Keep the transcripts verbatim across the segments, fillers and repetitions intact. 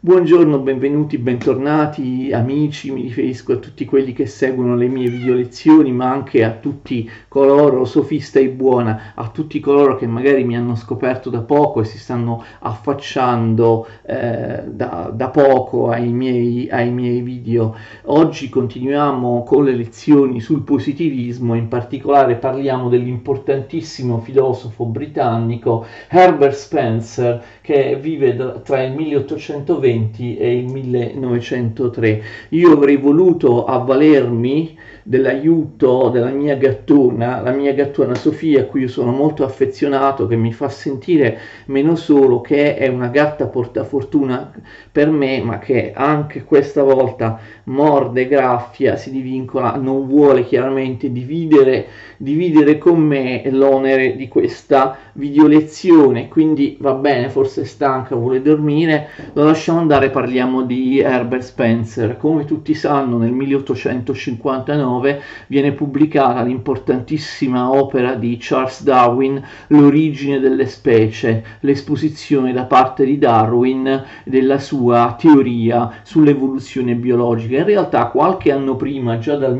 Buongiorno, benvenuti, bentornati amici, mi riferisco a tutti quelli che seguono le mie video lezioni, ma anche a tutti coloro, sofista e buona, a tutti coloro che magari mi hanno scoperto da poco e si stanno affacciando eh, da, da poco ai miei, ai miei video. Oggi continuiamo con le lezioni sul positivismo, in particolare parliamo dell'importantissimo filosofo britannico Herbert Spencer, che vive tra il milleottocentoventi e il millenovecentotre. Io avrei voluto avvalermi dell'aiuto della mia gattona, la mia gattona Sofia, a cui io sono molto affezionato, che mi fa sentire meno solo, che è una gatta portafortuna per me, ma che anche questa volta morde, graffia, si divincola, non vuole chiaramente dividere, dividere con me l'onere di questa video lezione, quindi va bene, forse è stanca, vuole dormire, lo lasciamo andare. Parliamo di Herbert Spencer. Come tutti sanno, nel milleottocentocinquantanove viene pubblicata l'importantissima opera di Charles Darwin, L'origine delle specie, l'esposizione da parte di Darwin della sua teoria sull'evoluzione biologica. In realtà qualche anno prima, già dal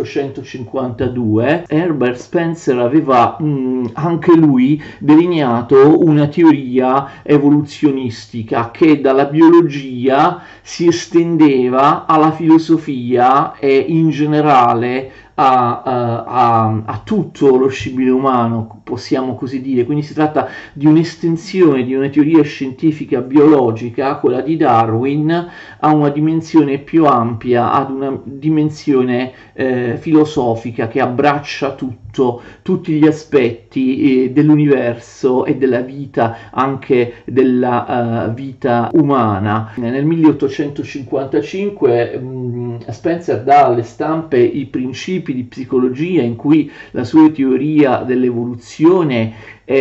milleottocentocinquantadue, Herbert Spencer aveva mh, anche lui delineato una teoria evoluzionistica che dalla biologia si estendeva alla filosofia e in generale a, a, a, a tutto lo scibile umano, possiamo così dire. Quindi si tratta di un'estensione di una teoria scientifica biologica, quella di Darwin, a una dimensione più ampia, ad una dimensione eh, filosofica che abbraccia tutto, tutti gli aspetti eh, dell'universo e della vita, anche della uh, vita umana. Nel milleottocentocinquantacinque mh, Spencer dà alle stampe i principi di psicologia, in cui la sua teoria dell'evoluzione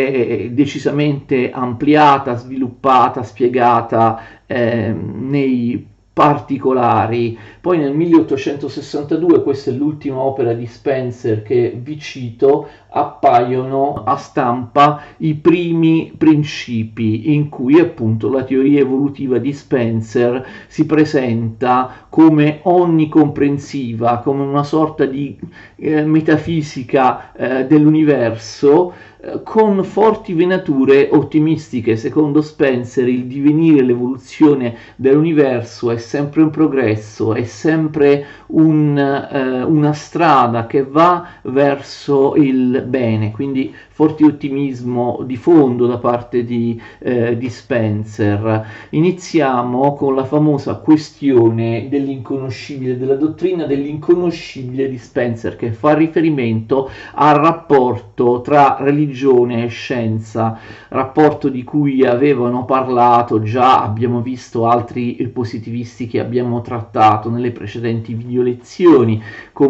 è decisamente ampliata, sviluppata, spiegata eh, nei particolari. Poi nel milleottocentosessantadue, questa è l'ultima opera di Spencer che vi cito, appaiono a stampa i primi principi, in cui appunto la teoria evolutiva di Spencer si presenta come onnicomprensiva, come una sorta di eh, metafisica eh, dell'universo, con forti venature ottimistiche. Secondo Spencer il divenire, l'evoluzione dell'universo è sempre un progresso, è sempre un, eh, una strada che va verso il bene, quindi forte ottimismo di fondo da parte di, eh, di Spencer. Iniziamo con la famosa questione dell'inconoscibile, della dottrina dell'inconoscibile di Spencer, che fa riferimento al rapporto tra religione e scienza, rapporto di cui avevano parlato già, abbiamo visto altri positivisti che abbiamo trattato nelle precedenti video lezioni,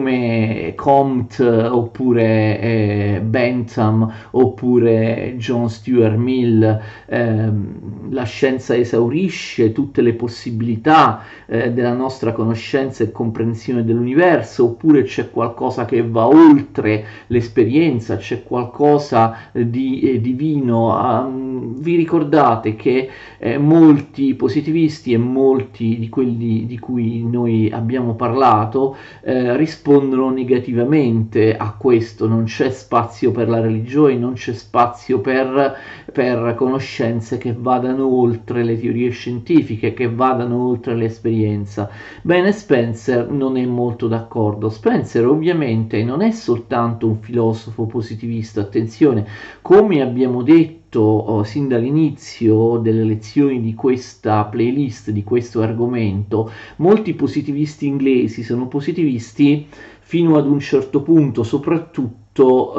come Comte oppure eh, Bentham oppure John Stuart Mill. Eh, la scienza esaurisce tutte le possibilità eh, della nostra conoscenza e comprensione dell'universo, oppure c'è qualcosa che va oltre l'esperienza, c'è qualcosa di eh, divino. Um, vi ricordate che eh, molti positivisti e molti di quelli di cui noi abbiamo parlato eh, rispondono negativamente a questo: non c'è spazio per la religione, non c'è spazio per, per conoscenze che vadano oltre le teorie scientifiche, che vadano oltre l'esperienza. Bene, Spencer non è molto d'accordo. Spencer ovviamente non è soltanto un filosofo positivista, attenzione, come abbiamo detto Oh, sin dall'inizio delle lezioni di questa playlist, di questo argomento, molti positivisti inglesi sono positivisti fino ad un certo punto, soprattutto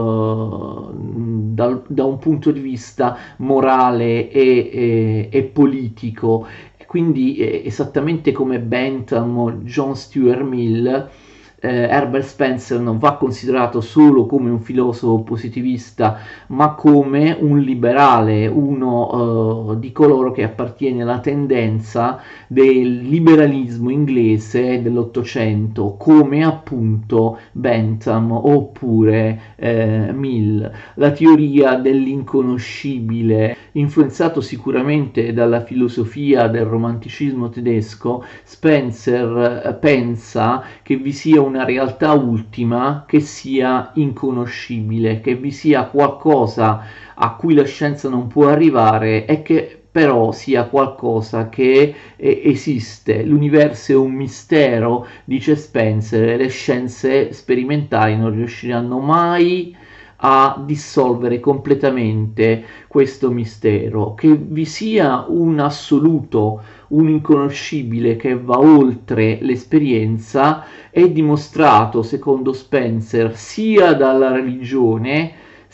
uh, da, da un punto di vista morale e, e, e politico. Quindi eh, esattamente come Bentham o John Stuart Mill, eh, Herbert Spencer non va considerato solo come un filosofo positivista, ma come un liberale, uno eh, di coloro che appartiene alla tendenza del liberalismo inglese dell'Ottocento, come appunto Bentham oppure eh, Mill. La teoria dell'inconoscibile, influenzato sicuramente dalla filosofia del romanticismo tedesco, Spencer pensa che vi sia una realtà ultima che sia inconoscibile, che vi sia qualcosa a cui la scienza non può arrivare e che però sia qualcosa che eh, esiste. L'universo è un mistero, dice Spencer, e le scienze sperimentali non riusciranno mai a dissolvere completamente questo mistero. Che vi sia un assoluto, un inconoscibile che va oltre l'esperienza è dimostrato, secondo Spencer, sia dalla religione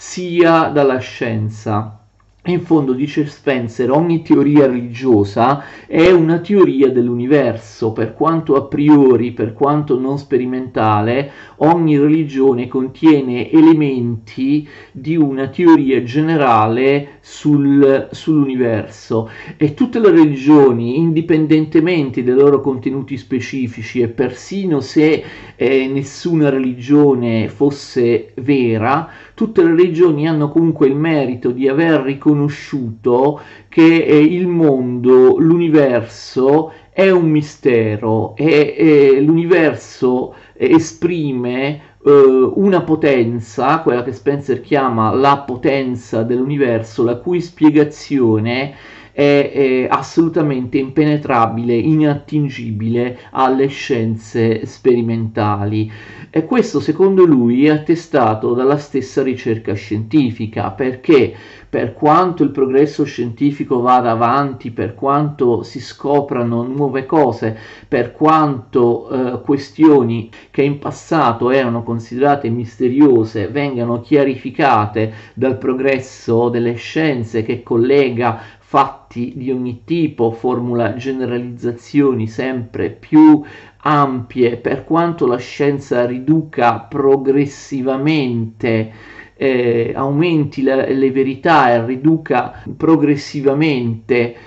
sia dalla scienza. In fondo, dice Spencer, ogni teoria religiosa è una teoria dell'universo, per quanto a priori, per quanto non sperimentale, ogni religione contiene elementi di una teoria generale sul, sull'universo, e tutte le religioni, indipendentemente dai loro contenuti specifici e persino se eh, nessuna religione fosse vera, tutte le religioni hanno comunque il merito di aver riconosciuto che eh, il mondo, l'universo è un mistero e, e l'universo esprime eh, una potenza, quella che Spencer chiama la potenza dell'universo, la cui spiegazione è, è assolutamente impenetrabile, inattingibile alle scienze sperimentali. E questo, secondo lui, è attestato dalla stessa ricerca scientifica, perché per quanto il progresso scientifico vada avanti, per quanto si scoprano nuove cose, per quanto eh, questioni che in passato erano considerate misteriose vengano chiarificate dal progresso delle scienze, che collega fatti di ogni tipo, formula generalizzazioni sempre più ampie, per quanto la scienza riduca progressivamente, eh, aumenti la, le verità e riduca progressivamente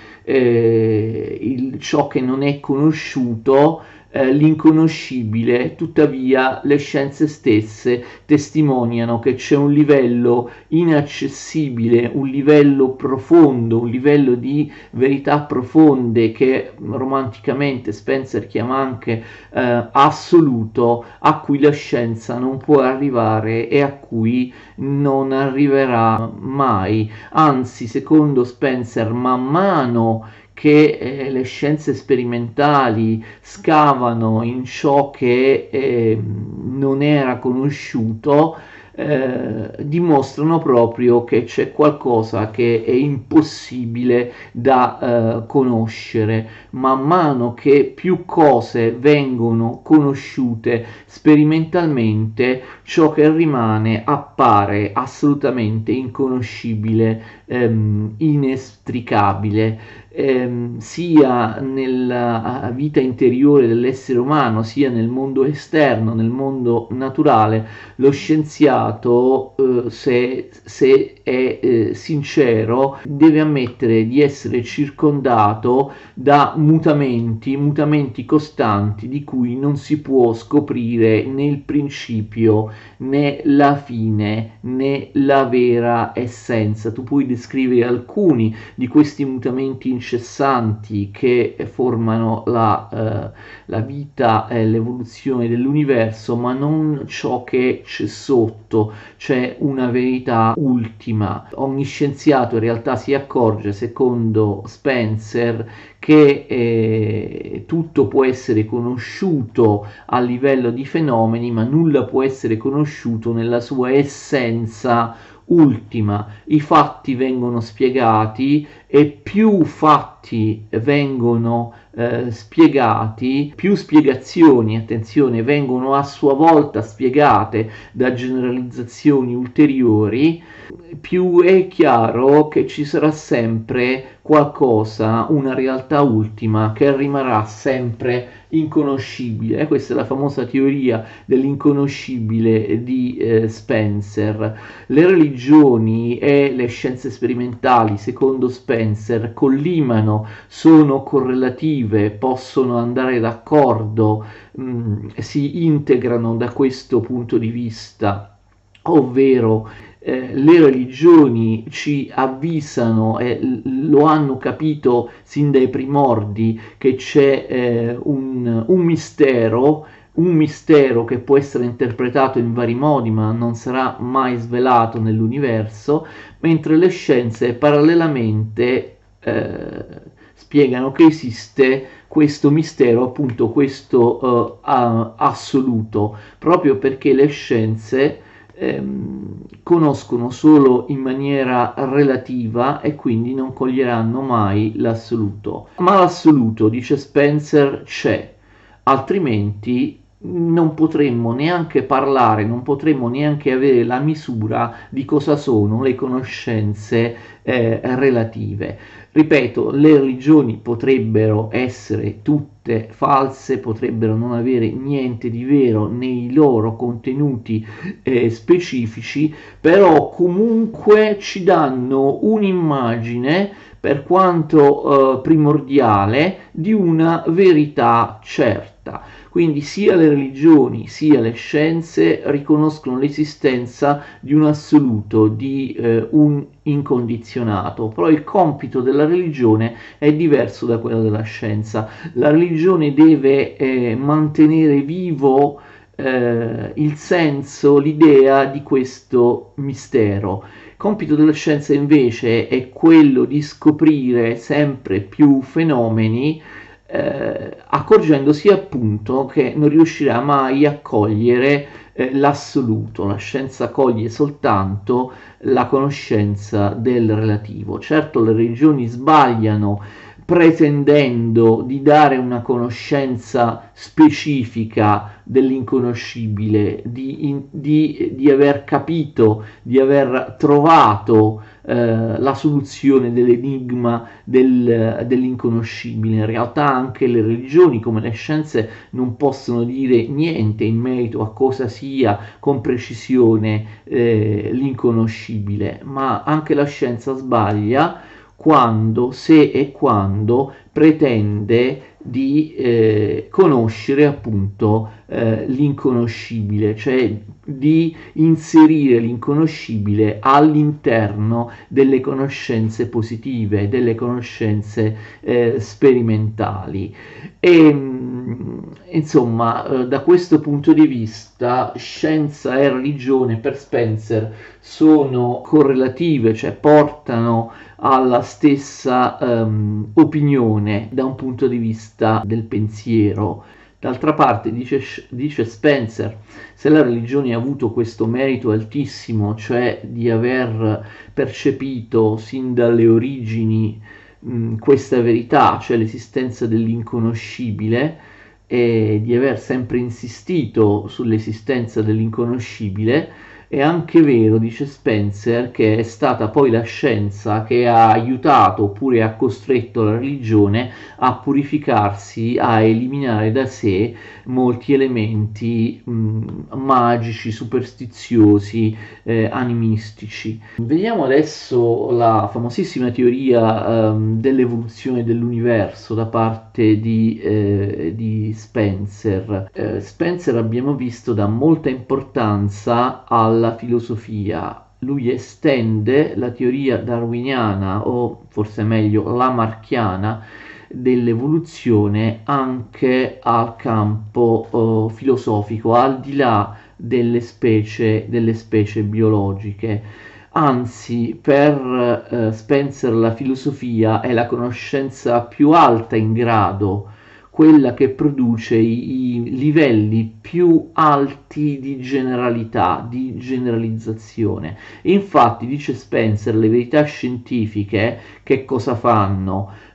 eh, il, ciò che non è conosciuto, eh, l'inconoscibile, tuttavia le scienze stesse testimoniano che c'è un livello inaccessibile, un livello profondo, un livello di verità profonde che romanticamente Spencer chiama anche eh, assoluto, a cui la scienza non può arrivare e a cui non arriverà mai. Anzi, secondo Spencer, man mano che eh, le scienze sperimentali scavano in ciò che eh, non era conosciuto, eh, dimostrano proprio che c'è qualcosa che è impossibile da eh, conoscere. Man mano che più cose vengono conosciute sperimentalmente, ciò che rimane appare assolutamente inconoscibile, ehm, inestricabile. Ehm, sia nella vita interiore dell'essere umano, sia nel mondo esterno, nel mondo naturale, lo scienziato, eh, se, se è eh, sincero, deve ammettere di essere circondato da mutamenti, mutamenti costanti di cui non si può scoprire né il principio né la fine né la vera essenza. Tu puoi descrivere alcuni di questi mutamenti incessanti che formano la, eh, la vita e l'evoluzione dell'universo, ma non ciò che c'è sotto. C'è una verità ultima. Ogni scienziato in realtà si accorge, secondo Spencer, che eh, tutto può essere conosciuto a livello di fenomeni, ma nulla può essere conosciuto nella sua essenza ultima. I fatti vengono spiegati e più fatti fatti vengono eh, spiegati, più spiegazioni, attenzione, vengono a sua volta spiegate da generalizzazioni ulteriori, più è chiaro che ci sarà sempre qualcosa, una realtà ultima che rimarrà sempre inconoscibile. Questa è la famosa teoria dell'inconoscibile di eh, Spencer. Le religioni e le scienze sperimentali, secondo Spencer, collimano, sono correlative, possono andare d'accordo, mh, si integrano da questo punto di vista, ovvero eh, le religioni ci avvisano e lo hanno capito sin dai primordi che c'è eh, un, un mistero, un mistero che può essere interpretato in vari modi ma non sarà mai svelato nell'universo, mentre le scienze parallelamente eh, spiegano che esiste questo mistero, appunto questo uh, assoluto, proprio perché le scienze ehm, conoscono solo in maniera relativa e quindi non coglieranno mai l'assoluto. Ma l'assoluto, dice Spencer, c'è, altrimenti non potremmo neanche parlare, non potremmo neanche avere la misura di cosa sono le conoscenze eh, relative. Ripeto, le religioni potrebbero essere tutte false, potrebbero non avere niente di vero nei loro contenuti eh, specifici, però comunque ci danno un'immagine, per quanto eh, primordiale, di una verità certa. Quindi sia le religioni sia le scienze riconoscono l'esistenza di un assoluto, di eh, un incondizionato, però il compito della religione è diverso da quello della scienza. La religione deve eh, mantenere vivo eh, il senso, l'idea di questo mistero. Il compito della scienza invece è quello di scoprire sempre più fenomeni, eh, accorgendosi appunto che non riuscirà mai a cogliere eh, l'assoluto. La scienza coglie soltanto la conoscenza del relativo. Certo, le religioni sbagliano pretendendo di dare una conoscenza specifica dell'inconoscibile, di, in, di, di aver capito, di aver trovato eh, la soluzione dell'enigma del, dell'inconoscibile. In realtà anche le religioni, come le scienze, non possono dire niente in merito a cosa sia con precisione eh, l'inconoscibile, ma anche la scienza sbaglia quando, se e quando pretende di eh, conoscere appunto eh, l'inconoscibile, cioè di inserire l'inconoscibile all'interno delle conoscenze positive, delle conoscenze eh, sperimentali. E insomma, eh, da questo punto di vista, scienza e religione per Spencer sono correlative, cioè portano alla stessa um, opinione da un punto di vista del pensiero. D'altra parte, dice, dice Spencer, se la religione ha avuto questo merito altissimo, cioè di aver percepito sin dalle origini mh, questa verità, cioè l'esistenza dell'inconoscibile, e di aver sempre insistito sull'esistenza dell'inconoscibile, è anche vero, dice Spencer, che è stata poi la scienza che ha aiutato oppure ha costretto la religione a purificarsi, a eliminare da sé molti elementi mh, magici, superstiziosi, eh, animistici. Vediamo adesso la famosissima teoria um, dell'evoluzione dell'universo da parte di, eh, di Spencer. Eh, Spencer, abbiamo visto, dà molta importanza al la filosofia. Lui estende la teoria darwiniana, o forse meglio lamarckiana, dell'evoluzione anche al campo oh, filosofico, al di là delle specie, delle specie biologiche. Anzi, per eh, Spencer la filosofia è la conoscenza più alta in grado, quella che produce i, i livelli più alti di generalità, di generalizzazione. Infatti, dice Spencer, le verità scientifiche che cosa fanno?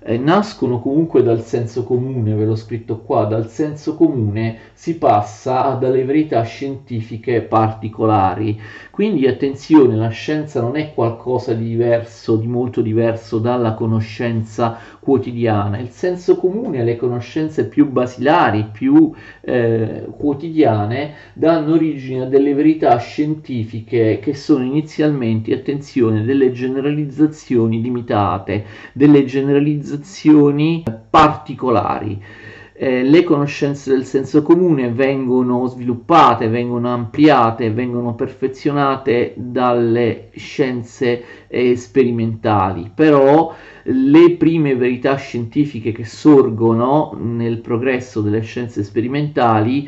eh, nascono comunque dal senso comune, ve l'ho scritto qua, dal senso comune si passa dalle verità scientifiche particolari. Quindi attenzione, la scienza non è qualcosa di diverso, di molto diverso dalla conoscenza quotidiana. Il senso comune, le conoscenze più basilari, più eh, quotidiane, danno origine a delle verità scientifiche che sono inizialmente, attenzione, delle generalizzazioni limitate, delle generalizzazioni particolari. Eh, le conoscenze del senso comune vengono sviluppate, vengono ampliate, vengono perfezionate dalle scienze eh, sperimentali, però le prime verità scientifiche che sorgono nel progresso delle scienze sperimentali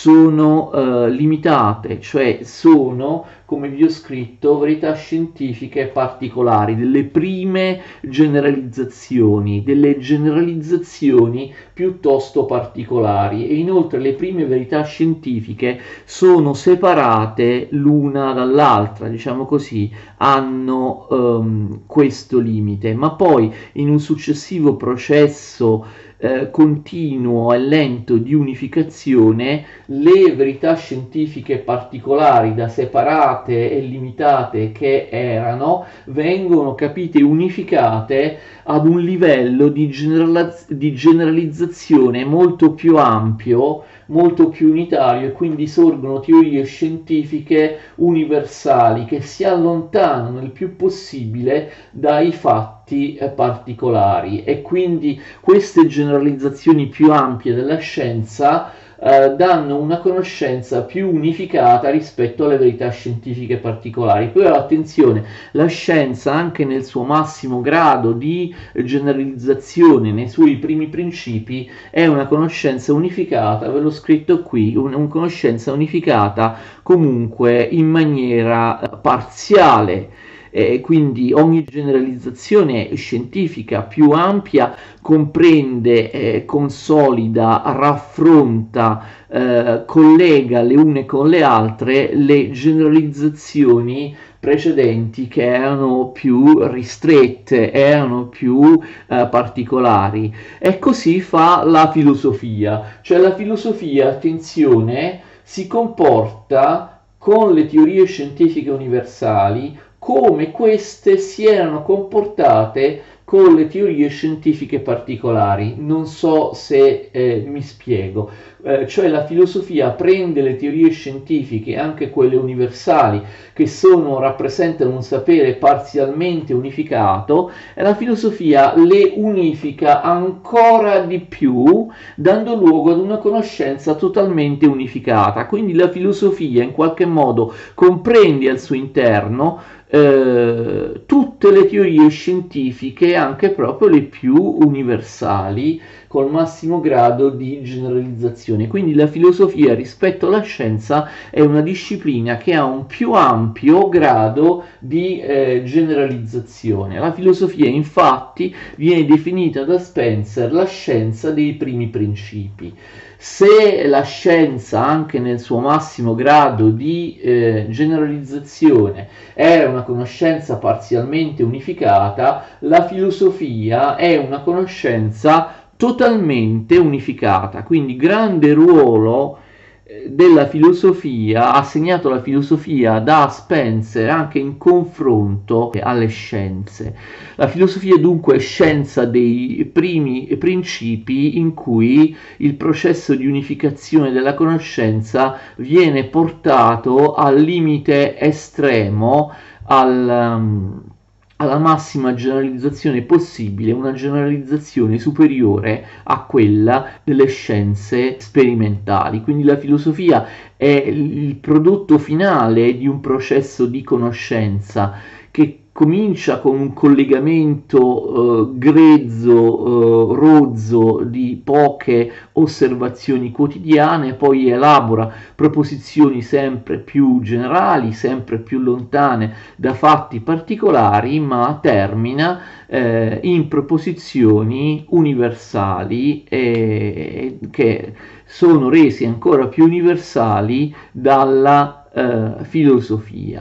sono eh, limitate, cioè sono, come vi ho scritto, verità scientifiche particolari, delle prime generalizzazioni, delle generalizzazioni piuttosto particolari, e inoltre le prime verità scientifiche sono separate l'una dall'altra, diciamo così, hanno um, questo limite, ma poi in un successivo processo eh, continuo e lento di unificazione, le verità scientifiche particolari da separate e limitate che erano vengono capite unificate ad un livello di, generaliz- di generalizzazione molto più ampio, molto più unitario, e quindi sorgono teorie scientifiche universali che si allontanano il più possibile dai fatti eh, particolari, e quindi queste generalizzazioni più ampie della scienza eh, danno una conoscenza più unificata rispetto alle verità scientifiche particolari. Però attenzione, la scienza anche nel suo massimo grado di generalizzazione, nei suoi primi principi, è una conoscenza unificata, ve l'ho scritto qui, una un conoscenza unificata comunque in maniera parziale. E quindi ogni generalizzazione scientifica più ampia comprende, eh, consolida, raffronta, eh, collega le une con le altre le generalizzazioni precedenti che erano più ristrette, erano più eh, particolari. E così fa la filosofia, cioè la filosofia, attenzione, si comporta con le teorie scientifiche universali come queste si erano comportate con le teorie scientifiche particolari. Non so se eh, mi spiego. Eh, cioè la filosofia prende le teorie scientifiche, anche quelle universali, che sono, rappresentano un sapere parzialmente unificato, e la filosofia le unifica ancora di più, dando luogo ad una conoscenza totalmente unificata. Quindi la filosofia in qualche modo comprende al suo interno eh, tutte le teorie scientifiche, anche proprio le più universali, col massimo grado di generalizzazione. Quindi la filosofia rispetto alla scienza è una disciplina che ha un più ampio grado di eh, generalizzazione. La filosofia infatti viene definita da Spencer la scienza dei primi principi. Se la scienza, anche nel suo massimo grado di eh, generalizzazione, era una conoscenza parzialmente unificata, la filosofia è una conoscenza totalmente unificata. Quindi grande ruolo della filosofia, assegnato alla filosofia da Spencer anche in confronto alle scienze. La filosofia dunque è scienza dei primi principi in cui il processo di unificazione della conoscenza viene portato al limite estremo, al um, alla massima generalizzazione possibile, una generalizzazione superiore a quella delle scienze sperimentali. Quindi la filosofia è il prodotto finale di un processo di conoscenza che comincia con un collegamento eh, grezzo, eh, rozzo di poche osservazioni quotidiane, poi elabora proposizioni sempre più generali, sempre più lontane da fatti particolari, ma termina eh, in proposizioni universali eh, che sono resi ancora più universali dalla eh, filosofia.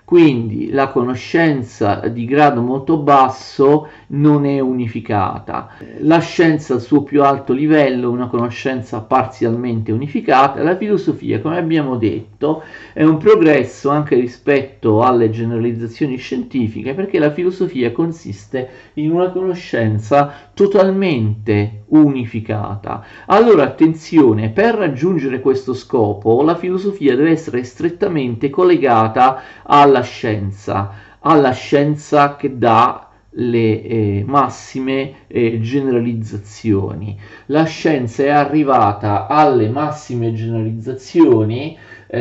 Quindi la conoscenza di grado molto basso non è unificata. La scienza al suo più alto livello è una conoscenza parzialmente unificata. La filosofia, come abbiamo detto, è un progresso anche rispetto alle generalizzazioni scientifiche, perché la filosofia consiste in una conoscenza totalmente unificata. Allora attenzione, per raggiungere questo scopo la filosofia deve essere strettamente collegata alla scienza, alla scienza che dà le eh, massime eh, generalizzazioni. La scienza è arrivata alle massime generalizzazioni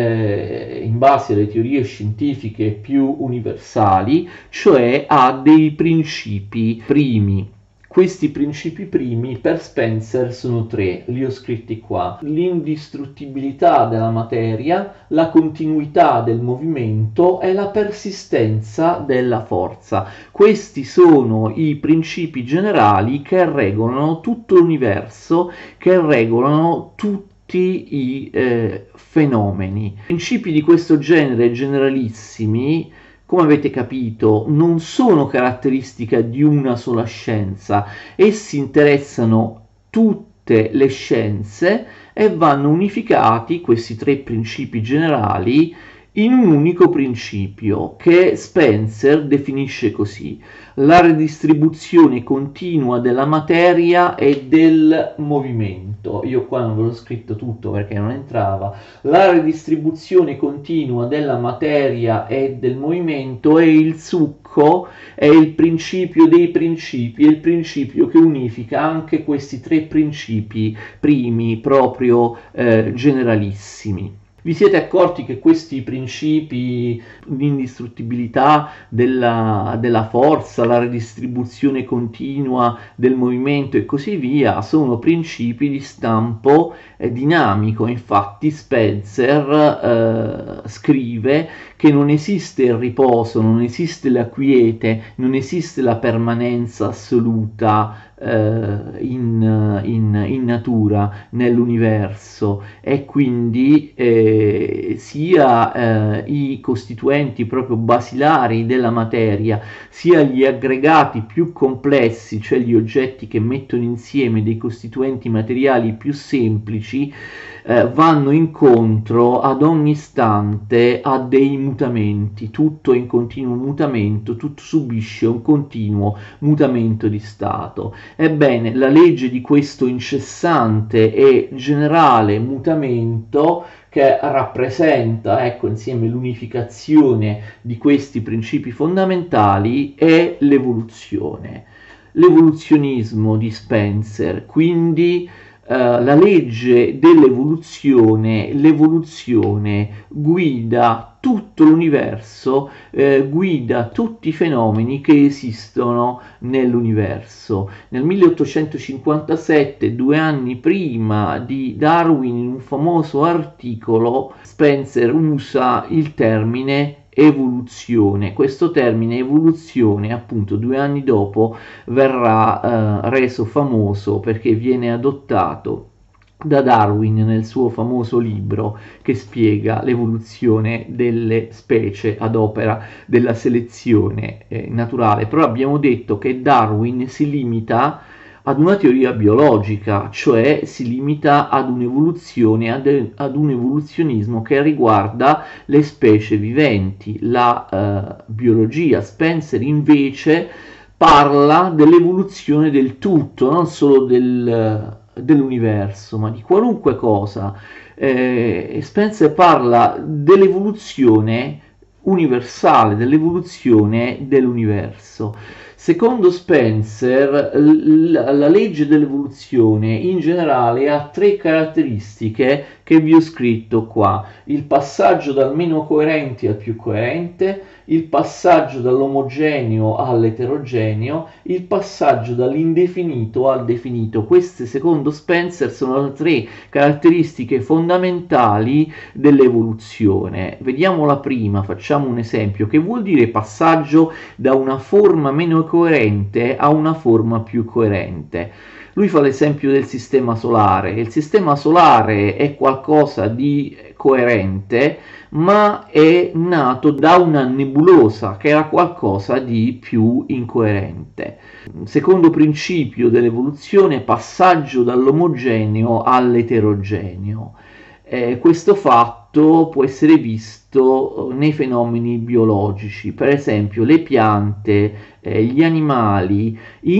eh, in base alle teorie scientifiche più universali, cioè a dei principi primi. Questi principi primi per Spencer sono tre, li ho scritti qua: l'indistruttibilità della materia, la continuità del movimento e la persistenza della forza. Questi sono i principi generali che regolano tutto l'universo, che regolano tutti i eh, fenomeni. Principi di questo genere, generalissimi, come avete capito, non sono caratteristica di una sola scienza, essi interessano tutte le scienze e vanno unificati, questi tre principi generali, in un unico principio che Spencer definisce così: la redistribuzione continua della materia e del movimento. Io qua non ve l'ho scritto tutto perché non entrava. La redistribuzione continua della materia e del movimento è il succo, è il principio dei principi, è il principio che unifica anche questi tre principi primi, proprio eh, generalissimi. Vi siete accorti che questi principi, l'indistruttibilità della, della forza, la redistribuzione continua del movimento e così via, sono principi di stampo eh, dinamico? Infatti Spencer eh, scrive che non esiste il riposo, non esiste la quiete, non esiste la permanenza assoluta In, in, in natura, nell'universo, e quindi eh, sia eh, i costituenti proprio basilari della materia, sia gli aggregati più complessi, cioè gli oggetti che mettono insieme dei costituenti materiali più semplici, eh, vanno incontro ad ogni istante a dei mutamenti. Tutto è in continuo mutamento, tutto subisce un continuo mutamento di stato. Ebbene, la legge di questo incessante e generale mutamento, che rappresenta, ecco, insieme l'unificazione di questi principi fondamentali, è l'evoluzione. L'evoluzionismo di Spencer, quindi Uh, la legge dell'evoluzione, l'evoluzione guida tutto l'universo, eh, guida tutti i fenomeni che esistono nell'universo. Nel milleottocentocinquantasette, due anni prima di Darwin, in un famoso articolo, Spencer usa il termine evoluzione. Questo termine evoluzione, appunto, due anni dopo verrà eh, reso famoso perché viene adottato da Darwin nel suo famoso libro che spiega l'evoluzione delle specie ad opera della selezione eh, naturale. Però abbiamo detto che Darwin si limita ad una teoria biologica, cioè si limita ad un'evoluzione, ad, ad un evoluzionismo che riguarda le specie viventi, la eh, biologia. Spencer invece parla dell'evoluzione del tutto, non solo del, dell'universo, ma di qualunque cosa. Eh, Spencer parla dell'evoluzione universale, dell'evoluzione dell'universo. Secondo Spencer, la legge dell'evoluzione in generale ha tre caratteristiche che vi ho scritto qua: il passaggio dal meno coerente al più coerente, il passaggio dall'omogeneo all'eterogeneo, il passaggio dall'indefinito al definito. Queste, secondo Spencer, sono le tre caratteristiche fondamentali dell'evoluzione. Vediamo la prima, facciamo un esempio. Che vuol dire passaggio da una forma meno incoerente a una forma più coerente. Lui fa l'esempio del sistema solare. Il sistema solare è qualcosa di coerente, ma è nato da una nebulosa che era qualcosa di più incoerente. Secondo principio dell'evoluzione, passaggio dall'omogeneo all'eterogeneo. Eh, questo fatto può essere visto nei fenomeni biologici, per esempio le piante, eh, gli animali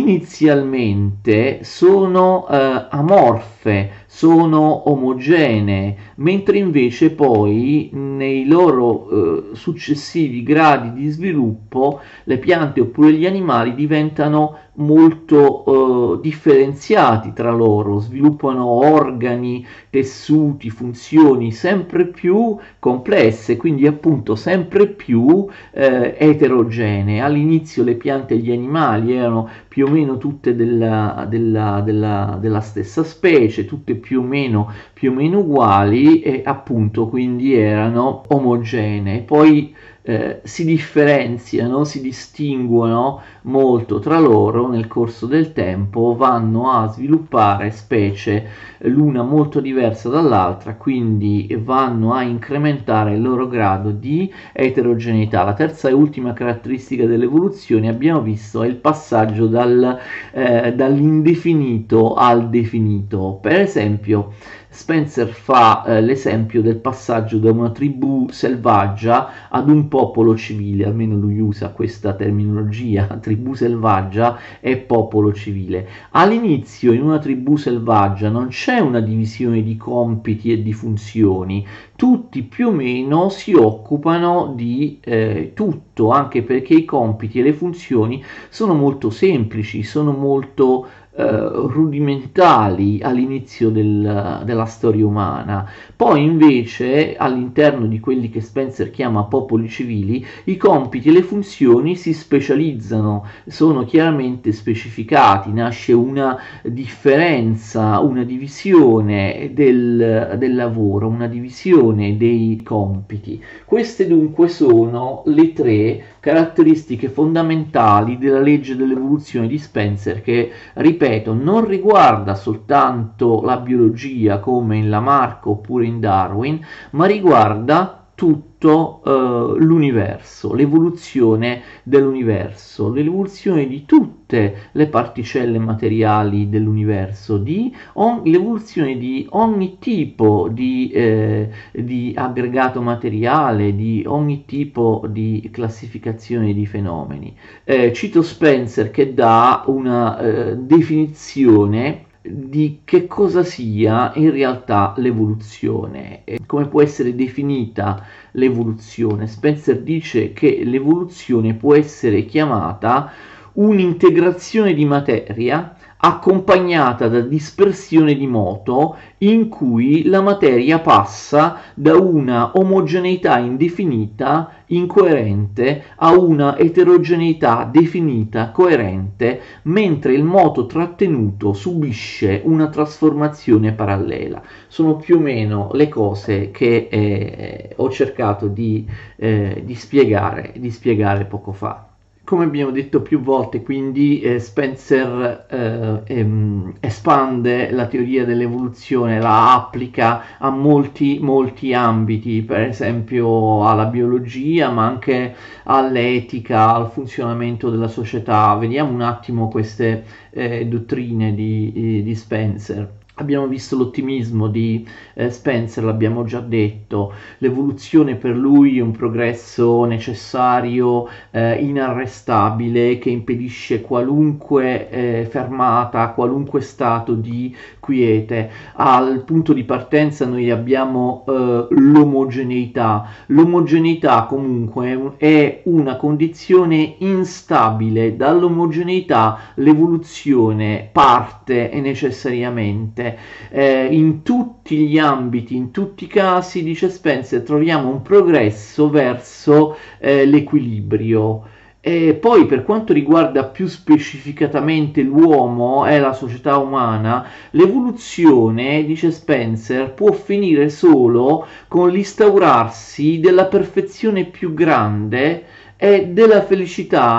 inizialmente sono eh, amorfe, sono omogenee, mentre invece poi nei loro eh, successivi gradi di sviluppo le piante oppure gli animali diventano molto eh, differenziati tra loro, sviluppano organi, tessuti, funzioni sempre più complesse, quindi appunto sempre più eh, eterogenee. All'inizio le piante e gli animali erano più o meno tutte della, della, della, della stessa specie, tutte più o meno più o meno uguali e appunto quindi erano omogenee. Poi eh, si differenziano, si distinguono molto tra loro nel corso del tempo, vanno a sviluppare specie l'una molto diversa dall'altra, quindi vanno a incrementare il loro grado di eterogeneità. La terza e ultima caratteristica dell'evoluzione, abbiamo visto, è il passaggio dal, eh, dall'indefinito al definito. Per esempio Spencer fa eh, l'esempio del passaggio da una tribù selvaggia ad un popolo civile, almeno lui usa questa terminologia, tribù selvaggia e popolo civile. All'inizio in una tribù selvaggia non c'è una divisione di compiti e di funzioni, tutti più o meno si occupano di eh, tutto, anche perché i compiti e le funzioni sono molto semplici, sono molto Uh, rudimentali all'inizio del, della storia umana. Poi invece all'interno di quelli che Spencer chiama popoli civili i compiti e le funzioni si specializzano, sono chiaramente specificati, nasce una differenza, una divisione del, del lavoro, una divisione dei compiti. Queste dunque sono le tre caratteristiche fondamentali della legge dell'evoluzione di Spencer, che ripeto non riguarda soltanto la biologia come in Lamarck oppure in Darwin, ma riguarda tutto uh, l'universo, l'evoluzione dell'universo, l'evoluzione di tutte le particelle materiali dell'universo, di on- l'evoluzione di ogni tipo di, eh, di aggregato materiale, di ogni tipo di classificazione di fenomeni. Eh, cito Spencer che dà una eh, definizione di che cosa sia in realtà l'evoluzione, come può essere definita l'evoluzione. Spencer dice che l'evoluzione può essere chiamata un'integrazione di materia accompagnata da dispersione di moto in cui la materia passa da una omogeneità indefinita incoerente a una eterogeneità definita coerente, mentre il moto trattenuto subisce una trasformazione parallela. Sono più o meno le cose che eh, ho cercato di, eh, di spiegare, di spiegare poco fa. Come abbiamo detto più volte, quindi eh, Spencer eh, ehm, espande la teoria dell'evoluzione, la applica a molti, molti ambiti, per esempio alla biologia, ma anche all'etica, al funzionamento della società. Vediamo un attimo queste eh, dottrine di, di Spencer. Abbiamo visto l'ottimismo di eh, Spencer, l'abbiamo già detto, l'evoluzione per lui è un progresso necessario, eh, inarrestabile, che impedisce qualunque eh, fermata, qualunque stato di quiete. Al punto di partenza noi abbiamo eh, l'omogeneità. L'omogeneità comunque è una condizione instabile, dall'omogeneità l'evoluzione parte necessariamente. Eh, in tutti gli ambiti, in tutti i casi, dice Spencer, troviamo un progresso verso eh, l'equilibrio. E poi per quanto riguarda più specificatamente l'uomo e la società umana, l'evoluzione, dice Spencer, può finire solo con l'instaurarsi della perfezione più grande e della felicità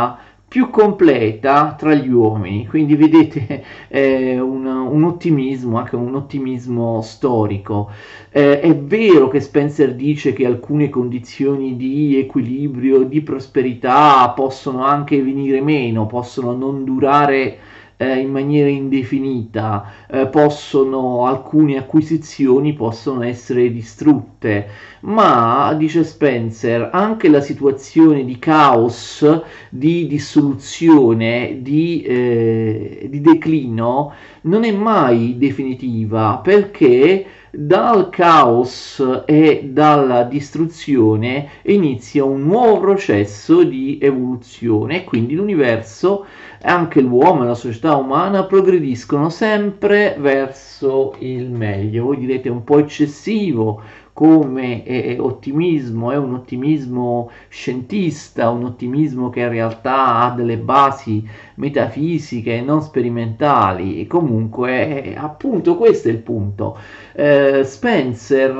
più completa tra gli uomini, quindi vedete eh, un, un ottimismo, anche un ottimismo storico. Eh, è vero che Spencer dice che alcune condizioni di equilibrio, di prosperità possono anche venire meno, possono non durare eh, in maniera indefinita, eh, possono, alcune acquisizioni possono essere distrutte, ma dice Spencer, anche la situazione di caos, di dissoluzione, di, eh, di declino non è mai definitiva, perché dal caos e dalla distruzione inizia un nuovo processo di evoluzione e quindi l'universo, anche l'uomo e la società umana progrediscono sempre verso il meglio. Voi direte un po' eccessivo come eh, ottimismo, è un ottimismo scientista, un ottimismo che in realtà ha delle basi metafisiche, non sperimentali, e comunque eh, appunto questo è il punto. Eh, Spencer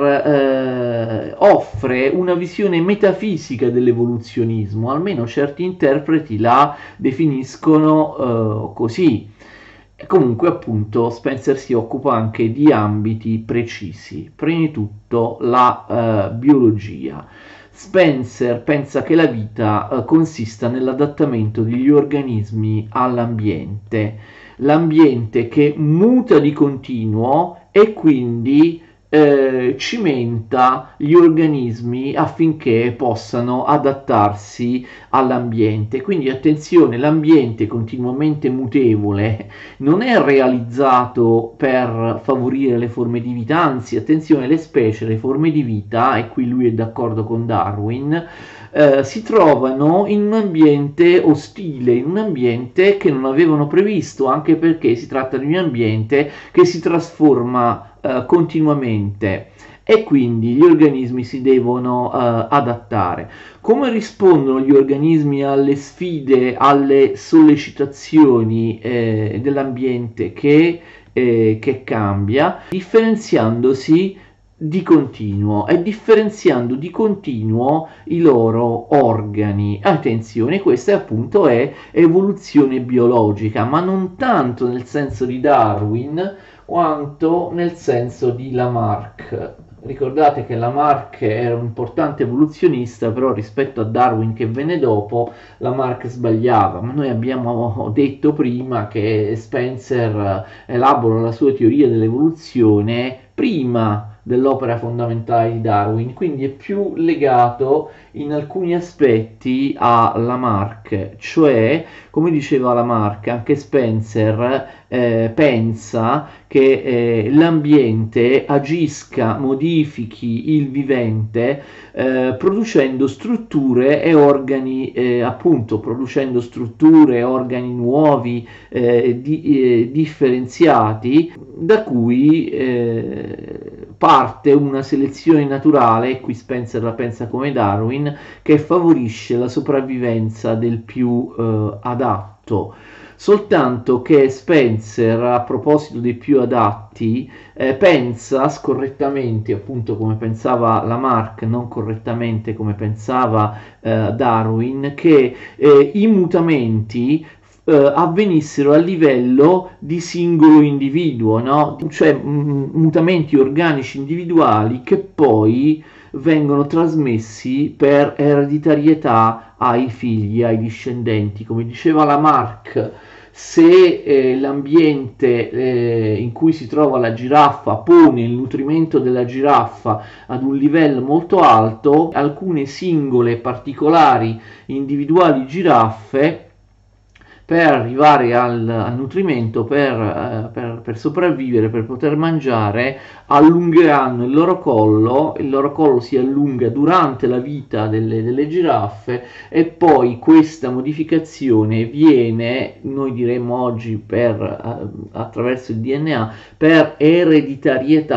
eh, offre una visione metafisica dell'evoluzionismo, almeno certi interpreti la definiscono eh, così. E comunque appunto Spencer si occupa anche di ambiti precisi, prima di tutto la eh, biologia. Spencer pensa che la vita eh, consista nell'adattamento degli organismi all'ambiente, l'ambiente che muta di continuo e quindi eh, cimenta gli organismi affinché possano adattarsi all'ambiente. Quindi attenzione, l'ambiente continuamente mutevole non è realizzato per favorire le forme di vita, anzi attenzione, le specie, le forme di vita, e qui lui è d'accordo con Darwin, eh, si trovano in un ambiente ostile, in un ambiente che non avevano previsto, anche perché si tratta di un ambiente che si trasforma eh, continuamente e quindi gli organismi si devono uh, adattare. Come rispondono gli organismi alle sfide, alle sollecitazioni eh, dell'ambiente che, eh, che cambia? Differenziandosi di continuo e differenziando di continuo i loro organi. Attenzione, questa è appunto è evoluzione biologica, ma non tanto nel senso di Darwin quanto nel senso di Lamarck. Ricordate che Lamarck era un importante evoluzionista, però rispetto a Darwin che venne dopo, Lamarck sbagliava. Ma noi abbiamo detto prima che Spencer elabora la sua teoria dell'evoluzione prima dell'opera fondamentale di Darwin, quindi è più legato in alcuni aspetti a Lamarck, cioè, come diceva Lamarck, anche Spencer eh, pensa che eh, l'ambiente agisca, modifichi il vivente eh, producendo strutture e organi, eh, appunto producendo strutture e organi nuovi, eh, di, eh, differenziati, da cui eh, parte una selezione naturale, e qui Spencer la pensa come Darwin, che favorisce la sopravvivenza del più eh, adatto. Soltanto che Spencer, a proposito dei più adatti, eh, pensa scorrettamente, appunto come pensava Lamarck, non correttamente come pensava eh, Darwin, che eh, i mutamenti eh, avvenissero a livello di singolo individuo, no? Cioè m- mutamenti organici individuali che poi vengono trasmessi per ereditarietà ai figli, ai discendenti. Come diceva Lamarck, se eh, l'ambiente eh, in cui si trova la giraffa pone il nutrimento della giraffa ad un livello molto alto, alcune singole particolari individuali giraffe, per arrivare al, al nutrimento, per, eh, per, per sopravvivere, per poter mangiare, allungheranno il loro collo, il loro collo si allunga durante la vita delle, delle giraffe, e poi questa modificazione viene, noi diremmo oggi per, eh, attraverso il D N A, per ereditarietà,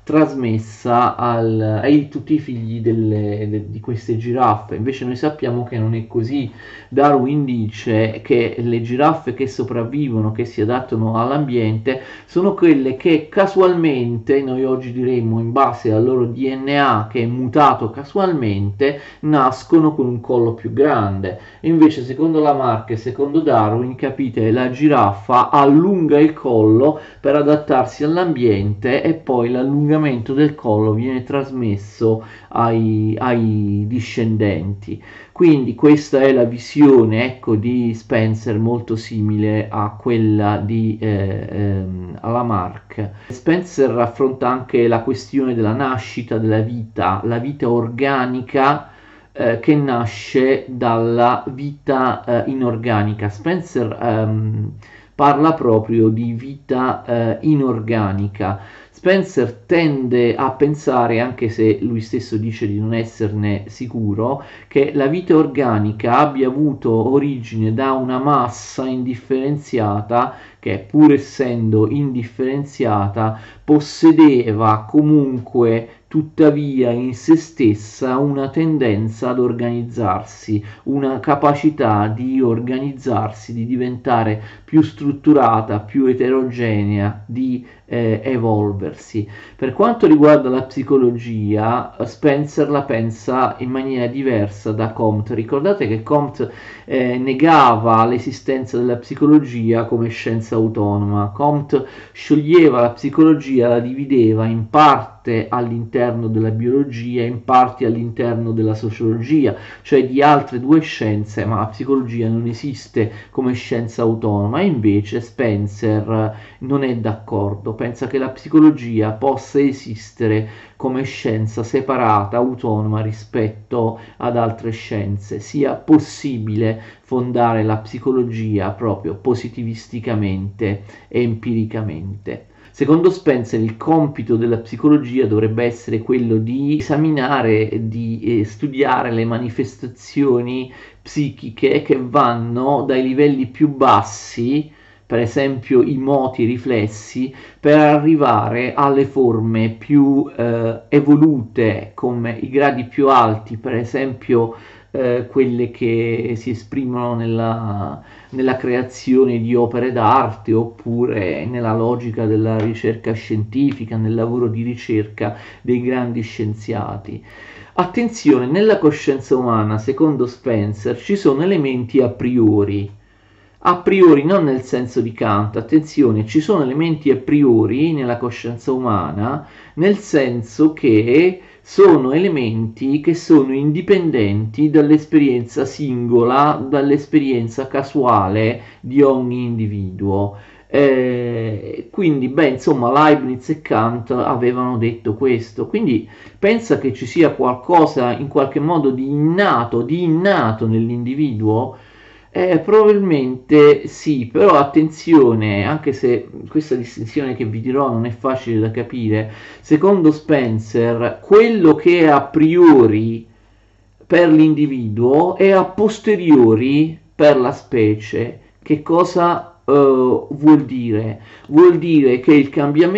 trasmessa al, ai tutti i figli delle, de, di queste giraffe. Invece noi sappiamo che non è così. Darwin dice che le giraffe che sopravvivono, che si adattano all'ambiente, sono quelle che casualmente, noi oggi diremmo in base al loro D N A che è mutato casualmente, nascono con un collo più grande. E invece secondo Lamarck e secondo Darwin, capite, la giraffa allunga il collo per adattarsi all'ambiente e poi l'allungamento del collo viene trasmesso ai, ai discendenti. Quindi questa è la visione, ecco, di Spencer, molto simile a quella di eh, ehm, Lamarck. Spencer affronta anche la questione della nascita della vita, la vita organica eh, che nasce dalla vita eh, inorganica. Spencer ehm, parla proprio di vita eh, inorganica. Spencer tende a pensare, anche se lui stesso dice di non esserne sicuro, che la vita organica abbia avuto origine da una massa indifferenziata che, pur essendo indifferenziata, possedeva comunque tuttavia in se stessa una tendenza ad organizzarsi, una capacità di organizzarsi, di diventare più strutturata, più eterogenea, di eh, evolversi. Per quanto riguarda la psicologia, Spencer la pensa in maniera diversa da Comte. Ricordate che Comte eh, negava l'esistenza della psicologia come scienza autonoma. Comte scioglieva la psicologia, la divideva in parte all'interno della biologia, in parte all'interno della sociologia, cioè di altre due scienze, ma la psicologia non esiste come scienza autonoma. E invece Spencer non è d'accordo, pensa che la psicologia possa esistere come scienza separata, autonoma rispetto ad altre scienze, sia possibile fondare la psicologia proprio positivisticamente e empiricamente. Secondo Spencer il compito della psicologia dovrebbe essere quello di esaminare, di eh, studiare le manifestazioni psichiche che vanno dai livelli più bassi, per esempio i moti e i riflessi, per arrivare alle forme più eh, evolute, come i gradi più alti, per esempio eh, quelle che si esprimono nella, nella creazione di opere d'arte, oppure nella logica della ricerca scientifica, nel lavoro di ricerca dei grandi scienziati. Attenzione, nella coscienza umana, secondo Spencer, ci sono elementi a priori. A priori non nel senso di Kant, attenzione, ci sono elementi a priori nella coscienza umana, nel senso che sono elementi che sono indipendenti dall'esperienza singola, dall'esperienza casuale di ogni individuo. Eh, quindi, beh, insomma, Leibniz e Kant avevano detto questo, quindi pensa che ci sia qualcosa in qualche modo di innato, di innato nell'individuo. Eh, probabilmente sì, però attenzione, anche se questa distinzione che vi dirò non è facile da capire, secondo Spencer quello che è a priori per l'individuo è a posteriori per la specie. Che cosa uh, vuol dire? Vuol dire che il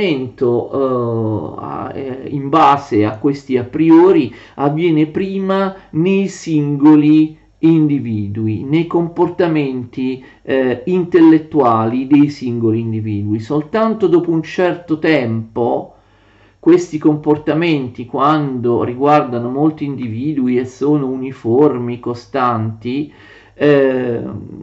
cambiamento uh, in base a questi a priori avviene prima nei singoli individui, nei comportamenti eh, intellettuali dei singoli individui. Soltanto dopo un certo tempo questi comportamenti, quando riguardano molti individui e sono uniformi, costanti, eh,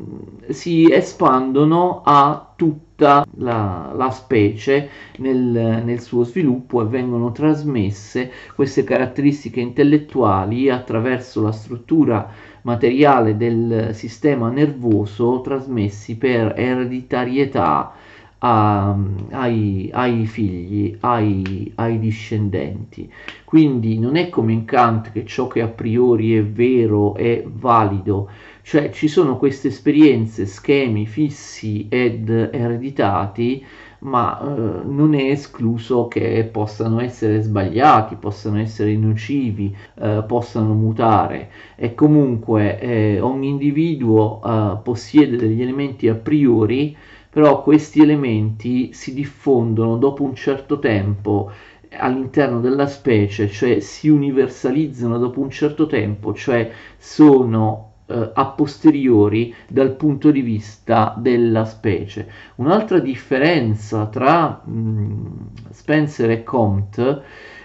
si espandono a tutta la, la specie nel, nel suo sviluppo e vengono trasmesse queste caratteristiche intellettuali attraverso la struttura materiale del sistema nervoso, trasmessi per ereditarietà a, ai, ai figli, ai, ai discendenti. Quindi non è come in Kant che ciò che a priori è vero è valido, cioè ci sono queste esperienze, schemi fissi ed ereditati, ma eh, non è escluso che possano essere sbagliati, possano essere nocivi, eh, possano mutare. E comunque eh, ogni individuo eh, possiede degli elementi a priori, però questi elementi si diffondono dopo un certo tempo all'interno della specie, cioè si universalizzano dopo un certo tempo, cioè sono eh, a posteriori dal punto di vista della specie. Un'altra differenza tra mh, Spencer e Comte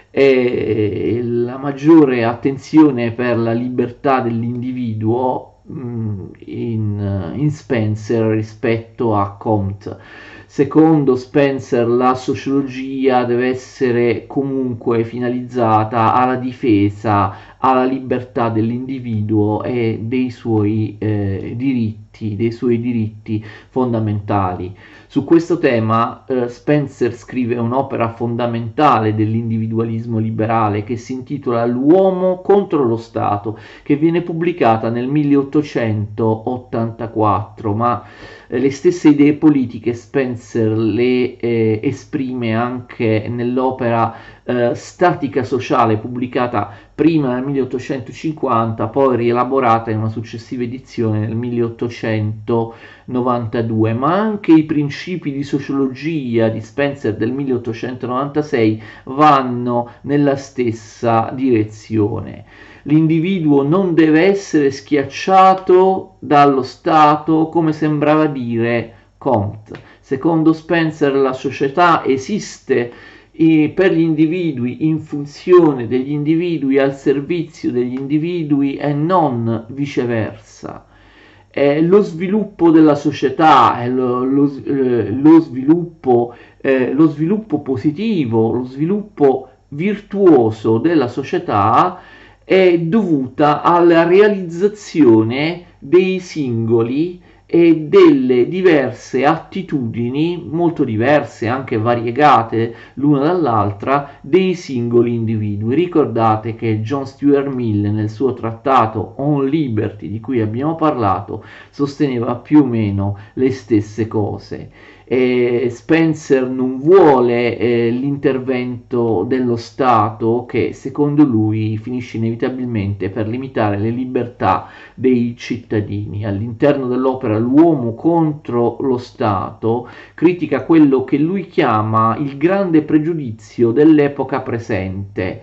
è la maggiore attenzione per la libertà dell'individuo mh, in, in Spencer rispetto a Comte. Secondo Spencer la sociologia deve essere comunque finalizzata alla difesa, alla libertà dell'individuo e dei suoi eh, diritti, dei suoi diritti fondamentali. Su questo tema eh, Spencer scrive un'opera fondamentale dell'individualismo liberale che si intitola L'uomo contro lo Stato, che viene pubblicata nel milleottocentottantaquattro, ma eh, le stesse idee politiche Spencer le eh, esprime anche nell'opera eh, Statica sociale, pubblicata prima nel milleottocentocinquanta, poi rielaborata in una successiva edizione nel milleottocentonovantadue, ma anche i principi di sociologia di Spencer del milleottocentonovantasei vanno nella stessa direzione. L'individuo non deve essere schiacciato dallo Stato, come sembrava dire Comte. Secondo Spencer la società esiste per gli individui, in funzione degli individui, al servizio degli individui e non viceversa. Eh, lo sviluppo della società, eh, lo, lo, eh, lo, sviluppo, eh, lo sviluppo positivo, lo sviluppo virtuoso della società è dovuta alla realizzazione dei singoli e delle diverse attitudini, molto diverse, anche variegate l'una dall'altra, dei singoli individui. Ricordate che John Stuart Mill nel suo trattato On Liberty, di cui abbiamo parlato, sosteneva più o meno le stesse cose. E Spencer non vuole eh, l'intervento dello Stato, che secondo lui finisce inevitabilmente per limitare le libertà dei cittadini. All'interno dell'opera L'uomo contro lo Stato critica quello che lui chiama il grande pregiudizio dell'epoca presente,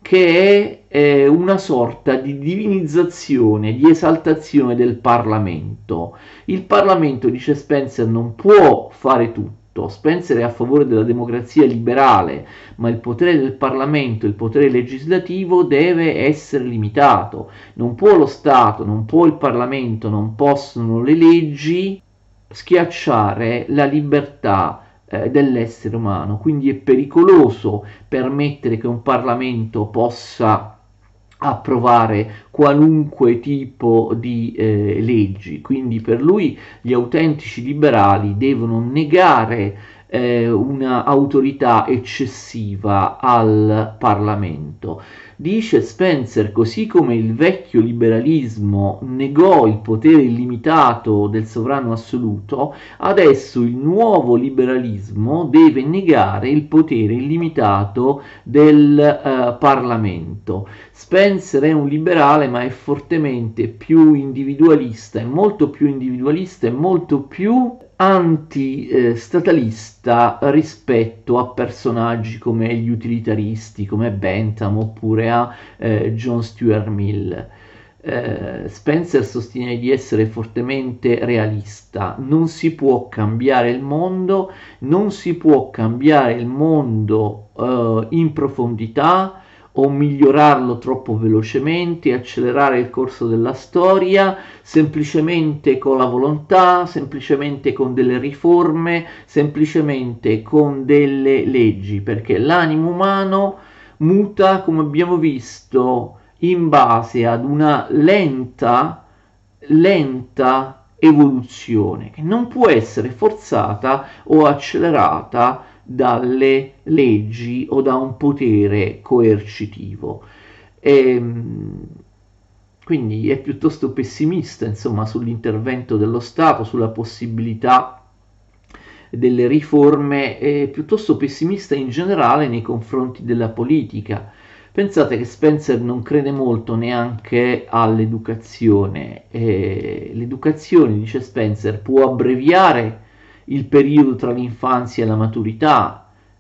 che è eh, una sorta di divinizzazione, di esaltazione del Parlamento. Il Parlamento, dice Spencer, non può fare tutto. Spencer è a favore della democrazia liberale, ma il potere del Parlamento, il potere legislativo deve essere limitato. Non può lo Stato, non può il Parlamento, non possono le leggi schiacciare la libertà eh, dell'essere umano. Quindi è pericoloso permettere che un Parlamento possa approvare qualunque tipo di eh, leggi. Quindi per lui gli autentici liberali devono negare eh, una autorità eccessiva al Parlamento. Dice Spencer, così come il vecchio liberalismo negò il potere illimitato del sovrano assoluto, adesso il nuovo liberalismo deve negare il potere illimitato del eh, Parlamento. Spencer è un liberale, ma è fortemente più individualista, è molto più individualista e molto più anti-statalista eh, rispetto a personaggi come gli utilitaristi, come Bentham oppure a eh, John Stuart Mill. Eh, Spencer sostiene di essere fortemente realista. Non si può cambiare il mondo, non si può cambiare il mondo eh, in profondità o migliorarlo troppo velocemente, accelerare il corso della storia, semplicemente con la volontà, semplicemente con delle riforme, semplicemente con delle leggi, perché l'animo umano muta, come abbiamo visto, in base ad una lenta, lenta evoluzione che non può essere forzata o accelerata dalle leggi o da un potere coercitivo. E, quindi è piuttosto pessimista, insomma, sull'intervento dello Stato, sulla possibilità delle riforme, è piuttosto pessimista in generale nei confronti della politica. Pensate che Spencer non crede molto neanche all'educazione. Eh, l'educazione, dice Spencer, può abbreviare il periodo tra l'infanzia e la maturità,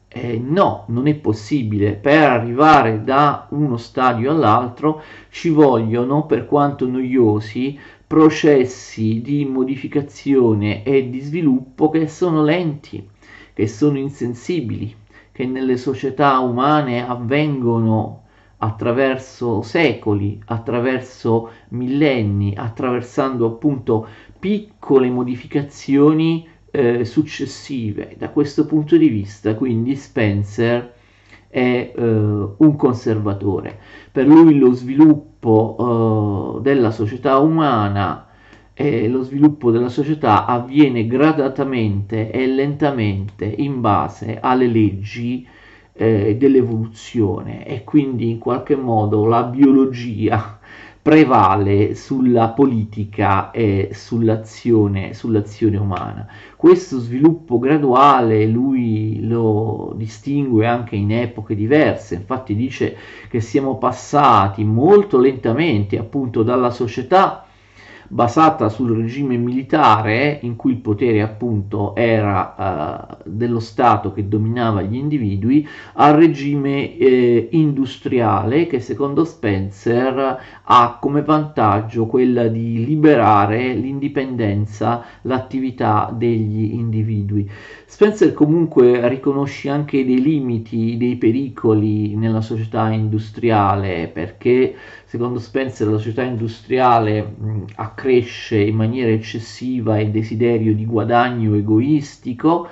Eh, no, non è possibile. Per arrivare da uno stadio all'altro ci vogliono, per quanto noiosi, processi di modificazione e di sviluppo che sono lenti, che sono insensibili, che nelle società umane avvengono attraverso secoli, attraverso millenni, attraversando appunto piccole modificazioni eh, successive. Da questo punto di vista, quindi, Spencer è eh, un conservatore. Per lui lo sviluppo eh, della società umana e lo sviluppo della società avviene gradatamente e lentamente in base alle leggi eh, dell'evoluzione, e quindi in qualche modo la biologia prevale sulla politica e sull'azione, sull'azione umana. Questo sviluppo graduale lui lo distingue anche in epoche diverse, infatti dice che siamo passati molto lentamente appunto dalla società basata sul regime militare, in cui il potere appunto era uh, dello Stato che dominava gli individui, al regime eh, industriale, che secondo Spencer ha come vantaggio quella di liberare l'indipendenza, l'attività degli individui. Spencer comunque riconosce anche dei limiti, dei pericoli nella società industriale, perché secondo Spencer la società industriale mh, accresce in maniera eccessiva il desiderio di guadagno egoistico,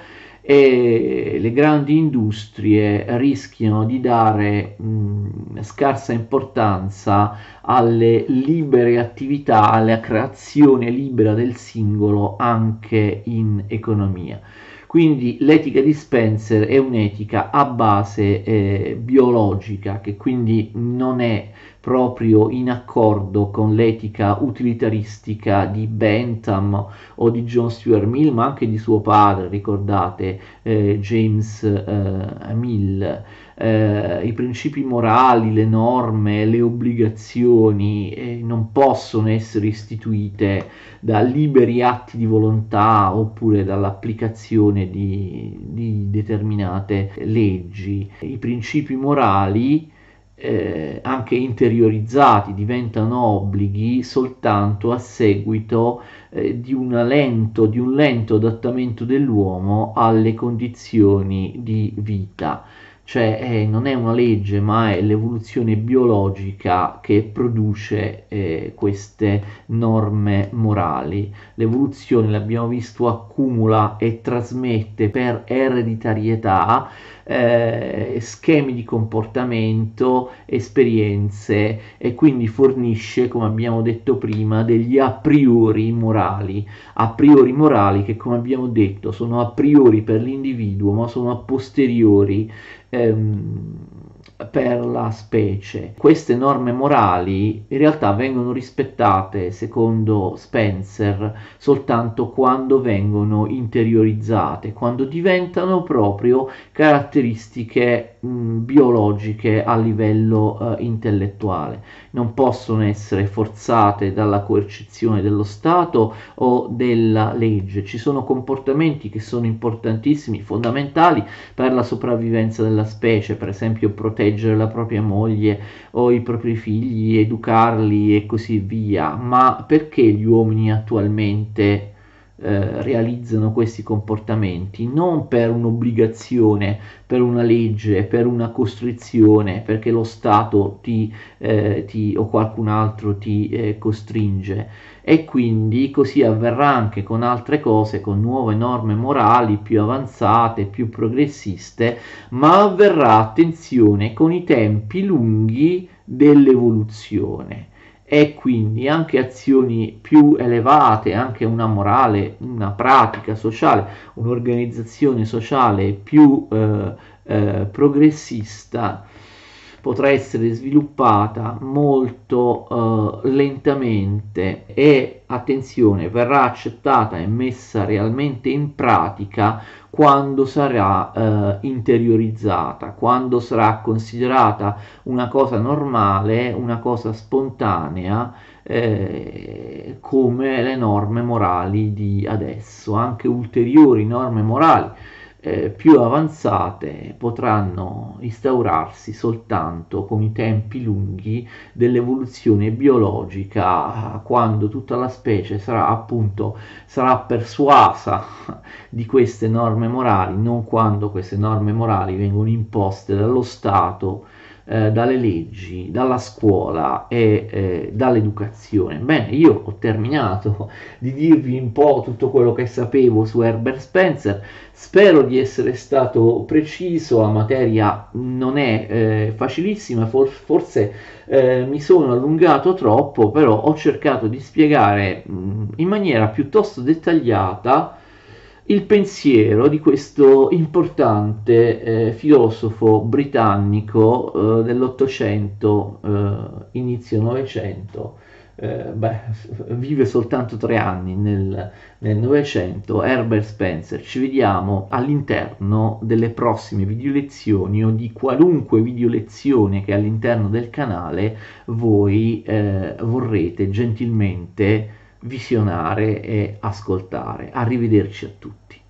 e le grandi industrie rischiano di dare mh, scarsa importanza alle libere attività, alla creazione libera del singolo anche in economia. Quindi l'etica di Spencer è un'etica a base eh, biologica, che quindi non è proprio in accordo con l'etica utilitaristica di Bentham o di John Stuart Mill, ma anche di suo padre, ricordate, eh, James eh, Mill. Eh, I principi morali, le norme, le obbligazioni eh, non possono essere istituite da liberi atti di volontà oppure dall'applicazione di, di determinate leggi. I principi morali eh, anche interiorizzati diventano obblighi soltanto a seguito eh, di, una lento, di un lento adattamento dell'uomo alle condizioni di vita. Cioè eh, non è una legge, ma è l'evoluzione biologica che produce eh, queste norme morali. L'evoluzione, l'abbiamo visto, accumula e trasmette per ereditarietà eh, schemi di comportamento, esperienze, e quindi fornisce, come abbiamo detto prima, degli a priori morali. A priori morali che, come abbiamo detto, sono a priori per l'individuo, ma sono a posteriori ehm, per la specie. Queste norme morali in realtà vengono rispettate, secondo Spencer, soltanto quando vengono interiorizzate, quando diventano proprio caratteristiche mh, biologiche a livello uh, intellettuale. Non possono essere forzate dalla coercizione dello Stato o della legge. Ci sono comportamenti che sono importantissimi, fondamentali per la sopravvivenza della specie, per esempio proteggere la propria moglie o i propri figli, educarli e così via. Ma perché gli uomini attualmente eh, realizzano questi comportamenti? Non per un'obbligazione, per una legge, per una costrizione, perché lo Stato ti, eh, ti o qualcun altro ti eh, costringe. E quindi così avverrà anche con altre cose, con nuove norme morali più avanzate, più progressiste, ma avverrà, attenzione, con i tempi lunghi dell'evoluzione. E quindi anche azioni più elevate, anche una morale, una pratica sociale, un'organizzazione sociale più eh, eh, progressista potrà essere sviluppata molto eh, lentamente, e attenzione, verrà accettata e messa realmente in pratica quando sarà eh, interiorizzata, quando sarà considerata una cosa normale, una cosa spontanea, eh, come le norme morali di adesso. Anche ulteriori norme morali eh, più avanzate potranno instaurarsi soltanto con i tempi lunghi dell'evoluzione biologica, quando tutta la specie sarà appunto sarà persuasa di queste norme morali, non quando queste norme morali vengono imposte dallo Stato, eh, dalle leggi, dalla scuola e eh, dall'educazione. Bene, io ho terminato di dirvi un po' tutto quello che sapevo su Herbert Spencer. Spero di essere stato preciso, la materia non è eh, facilissima, for- forse eh, mi sono allungato troppo, però ho cercato di spiegare mh, in maniera piuttosto dettagliata il pensiero di questo importante eh, filosofo britannico eh, dell'Ottocento, eh, inizio Novecento, eh, beh, vive soltanto tre anni nel, nel Novecento, Herbert Spencer. Ci vediamo all'interno delle prossime video lezioni o di qualunque video lezione che all'interno del canale voi eh, vorrete gentilmente visionare e ascoltare. Arrivederci a tutti.